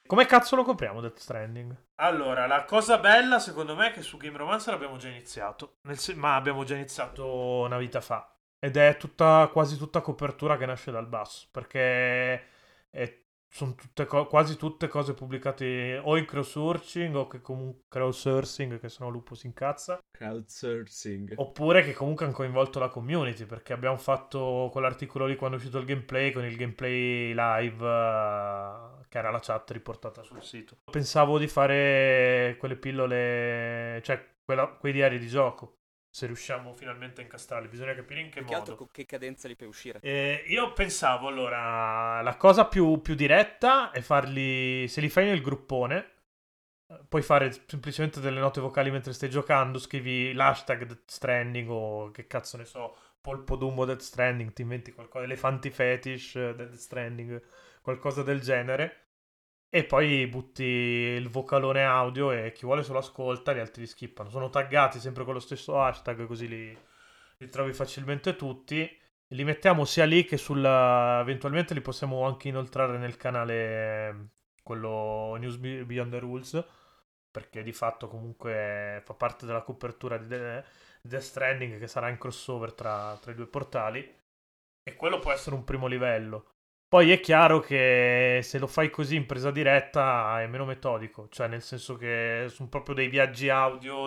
Come cazzo lo compriamo Death Stranding? Allora, la cosa bella secondo me è che su Game Romancer abbiamo già iniziato. Ma abbiamo già iniziato una vita fa. Ed è quasi tutta copertura che nasce dal basso. Perché sono quasi tutte cose pubblicate o in crowdsourcing o che comunque crowdsourcing, che sennò Lupo si incazza. Crowdsourcing. Oppure che comunque hanno coinvolto la community, perché abbiamo fatto quell'articolo lì quando è uscito il gameplay, con il gameplay live, che era la chat riportata sul sito. Pensavo di fare quelle pillole, cioè quei diari di gioco, se riusciamo finalmente a incastrarli. Bisogna capire in che Più che altro modo. con che cadenza li fai uscire. Io pensavo, allora, la cosa più diretta è farli, se li fai nel gruppone, puoi fare semplicemente delle note vocali mentre stai giocando, scrivi l'hashtag Death Stranding o che cazzo ne so, Polpo Dumbo Death Stranding, ti inventi qualcosa, elefanti fetish Death Stranding, qualcosa del genere. E poi butti il vocalone audio e chi vuole solo ascolta, gli altri li skippano. Sono taggati sempre con lo stesso hashtag, così li trovi facilmente tutti. Li mettiamo sia lì che eventualmente li possiamo anche inoltrare nel canale, quello News Beyond the Rules, perché di fatto comunque fa parte della copertura di Death Stranding, che sarà in crossover tra i due portali, e quello può essere un primo livello. Poi è chiaro che se lo fai così in presa diretta è meno metodico, cioè nel senso che sono proprio dei viaggi audio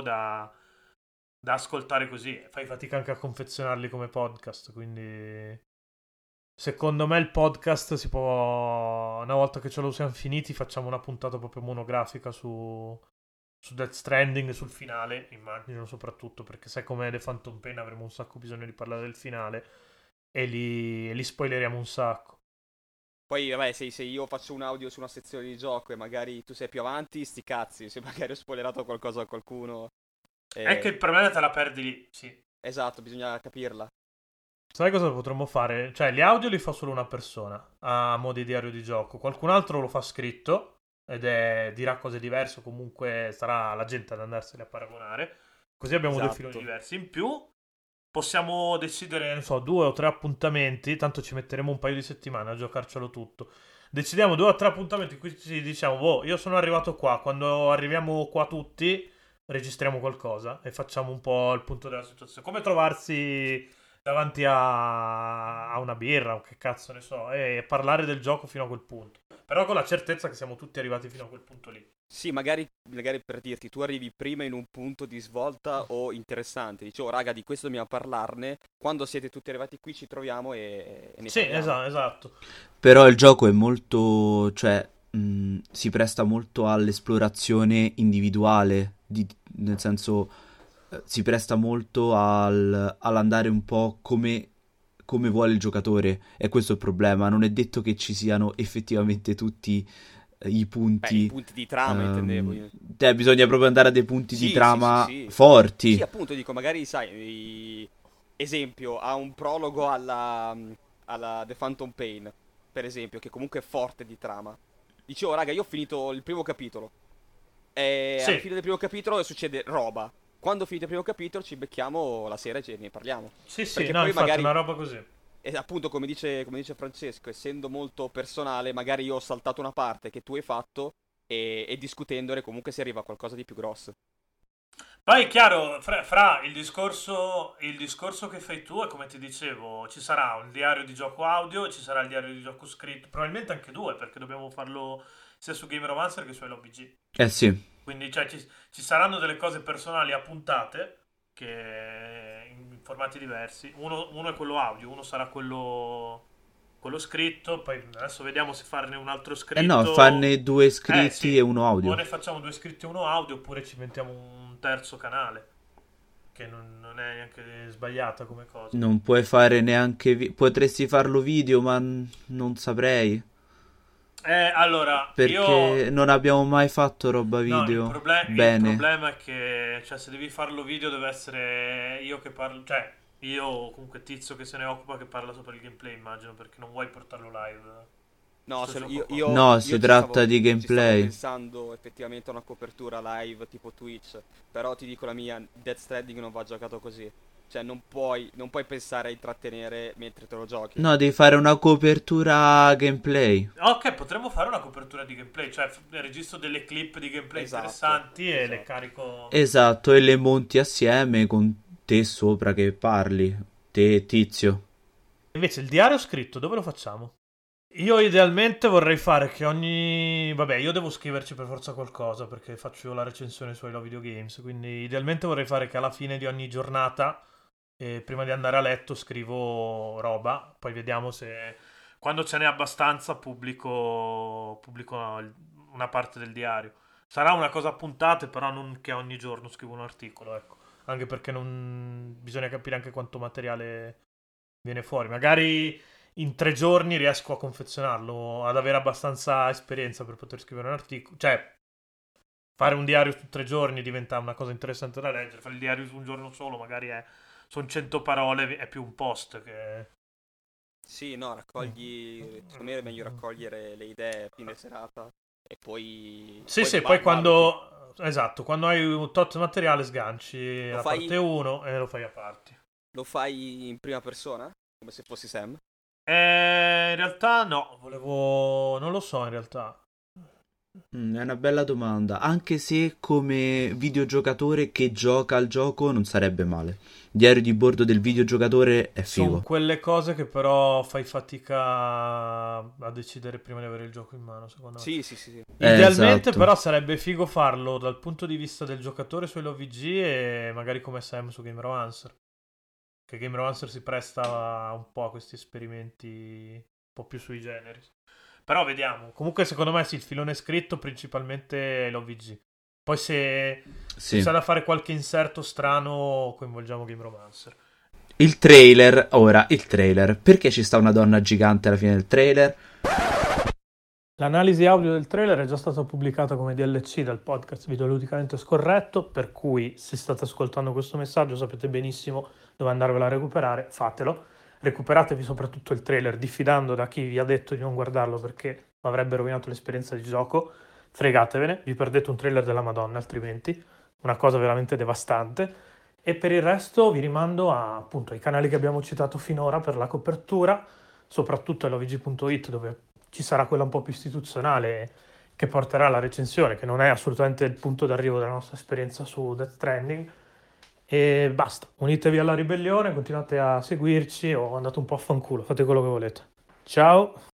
da ascoltare così, fai fatica anche a confezionarli come podcast, quindi secondo me il podcast si può, una volta che ce lo siamo finiti, facciamo una puntata proprio monografica su Death Stranding, sul finale, immagino soprattutto, perché sai com'è The Phantom Pain, avremo un sacco bisogno di parlare del finale e li spoileriamo un sacco. Poi, vabbè, se io faccio un audio su una sezione di gioco e magari tu sei più avanti, sti cazzi, se magari ho spoilerato qualcosa a qualcuno. È che il problema te la perdi lì, sì. Esatto, bisogna capirla. Sai cosa potremmo fare? Cioè, gli audio li fa solo una persona a mo' di diario di gioco. Qualcun altro lo fa scritto dirà cose diverse. Comunque sarà la gente ad andarsene a paragonare. Così abbiamo due filoni Esatto. diversi. In più, possiamo decidere, non so, 2 o 3 appuntamenti. Tanto ci metteremo un paio di settimane a giocarcelo tutto. Decidiamo 2 o 3 appuntamenti in cui ci diciamo, boh, io sono arrivato qua. Quando arriviamo qua tutti, registriamo qualcosa e facciamo un po' il punto della situazione. Come trovarsi davanti a una birra o che cazzo ne so, e parlare del gioco fino a quel punto. Però con la certezza che siamo tutti arrivati fino a quel punto lì. Sì, magari per dirti, tu arrivi prima in un punto di svolta o interessante. Dicevo, raga, di questo dobbiamo parlarne. Quando siete tutti arrivati qui ci troviamo e ne Sì, parliamo. esatto. Però il gioco è molto, cioè, si presta molto all'esplorazione individuale, nel senso, si presta molto all'andare un po' come vuole il giocatore, e questo è il problema. Non è detto che ci siano effettivamente tutti i Beh, i punti. punti di trama intendevo io. Bisogna proprio andare a dei punti di Sì, sì, sì, trama sì. Sì, forti. appunto, dico, magari, sai, esempio, ha un prologo alla The Phantom Pain, per esempio, che comunque è forte di trama. Dicevo, raga, io ho finito il primo capitolo. E alla Sì, fine del primo capitolo succede roba. Quando finite il primo capitolo ci becchiamo la sera e ne parliamo. sì, sì, Perché no, poi infatti magari, una roba così. appunto, come dice Francesco, essendo molto personale, magari io ho saltato una parte che tu hai fatto e discutendone comunque si arriva a qualcosa di più grosso. Poi è chiaro, fra il discorso che fai tu è come ti dicevo, ci sarà un diario di gioco audio e ci sarà il diario di gioco scritto, probabilmente anche due, perché dobbiamo farlo sia su Game Romancer che su LOBG. Eh sì. Quindi cioè, ci saranno delle cose personali appuntate in formati diversi. Uno è quello audio, uno sarà quello scritto. Poi adesso vediamo se farne un altro Eh no, scritto. farne due Sì, scritti e uno o audio. ne facciamo due scritti e uno audio, oppure ci inventiamo un terzo canale, che non è neanche sbagliata come cosa. Non puoi fare neanche potresti farlo video, ma non saprei. Allora, io. Perché non abbiamo mai fatto roba No, il, video proble- il bene. problema è che, cioè, se devi farlo video deve essere io che parlo, cioè, io o comunque Tizio che se ne occupa che parla sopra il gameplay, immagino, perché non vuoi portarlo live, No, sto gioco io, qua. io- No, si io tratta di ci stavo gameplay. pensando effettivamente a una copertura live tipo Twitch, però ti dico la mia, Death Stranding non va giocato così. Cioè, non puoi pensare a intrattenere mentre te lo giochi. No, devi fare una copertura gameplay. Ok, potremmo fare una copertura di gameplay, cioè registro delle clip di gameplay Esatto, interessanti e le esatto. carico. Esatto, e le monti assieme con te sopra che parli. Te, tizio. Invece il diario scritto, dove lo facciamo? Io idealmente vorrei fare che ogni. Vabbè, io devo scriverci per forza qualcosa perché faccio io la recensione su I Love Video Games. Quindi idealmente vorrei fare che alla fine di ogni giornata, prima di andare a letto, scrivo roba. Poi vediamo se. Quando ce n'è abbastanza, pubblico una parte del diario. Sarà una cosa a puntate, però non che ogni giorno scrivo un articolo, ecco. Anche perché non. Bisogna capire anche quanto materiale viene fuori. Magari in 3 giorni riesco a confezionarlo, ad avere abbastanza esperienza per poter scrivere un articolo. Cioè, fare un diario su 3 giorni diventa una cosa interessante da leggere. Fare il diario su un giorno solo, magari sono 100 parole, è più un post che. Sì, no, raccogli. Secondo me è meglio raccogliere le idee a fine serata e poi. Sì, sì, poi valuti. quando. Esatto, quando hai un tot materiale sganci Lo la fai, parte 1 e lo fai a parti. lo fai in prima persona? Come se fossi Sam? In realtà no, volevo. Non lo so in realtà. È una bella domanda, anche se come videogiocatore che gioca al gioco non sarebbe male. Diario di bordo del videogiocatore è Sono figo. quelle cose che però fai fatica a decidere prima di avere il gioco in mano, secondo me. Sì, sì, sì, sì. Idealmente Esatto. però sarebbe figo farlo dal punto di vista del giocatore su LOVG e magari come Sam su Game Romancer. Che Game Romancer si presta un po' a questi esperimenti un po' più sui generis. Però vediamo. Comunque secondo me sì, il filone scritto principalmente l'OVG. Poi se ci Sì. sarà da fare qualche inserto strano coinvolgiamo Game Romancer. Il trailer, ora, il trailer. Perché ci sta una donna gigante alla fine del trailer? L'analisi audio del trailer è già stata pubblicata come DLC dal podcast Videoludicamente Scorretto, per cui se state ascoltando questo messaggio sapete benissimo dove andarvela a recuperare, fatelo. Recuperatevi soprattutto il trailer diffidando da chi vi ha detto di non guardarlo perché avrebbe rovinato l'esperienza di gioco. Fregatevene, vi perdete un trailer della Madonna altrimenti, una cosa veramente devastante. E per il resto vi rimando appunto ai canali che abbiamo citato finora per la copertura, soprattutto all'ovg.it dove ci sarà quella un po' più istituzionale che porterà alla recensione, che non è assolutamente il punto d'arrivo della nostra esperienza su Death Stranding. E basta, unitevi alla ribellione, continuate a seguirci o andate un po' a fanculo, fate quello che volete. Ciao!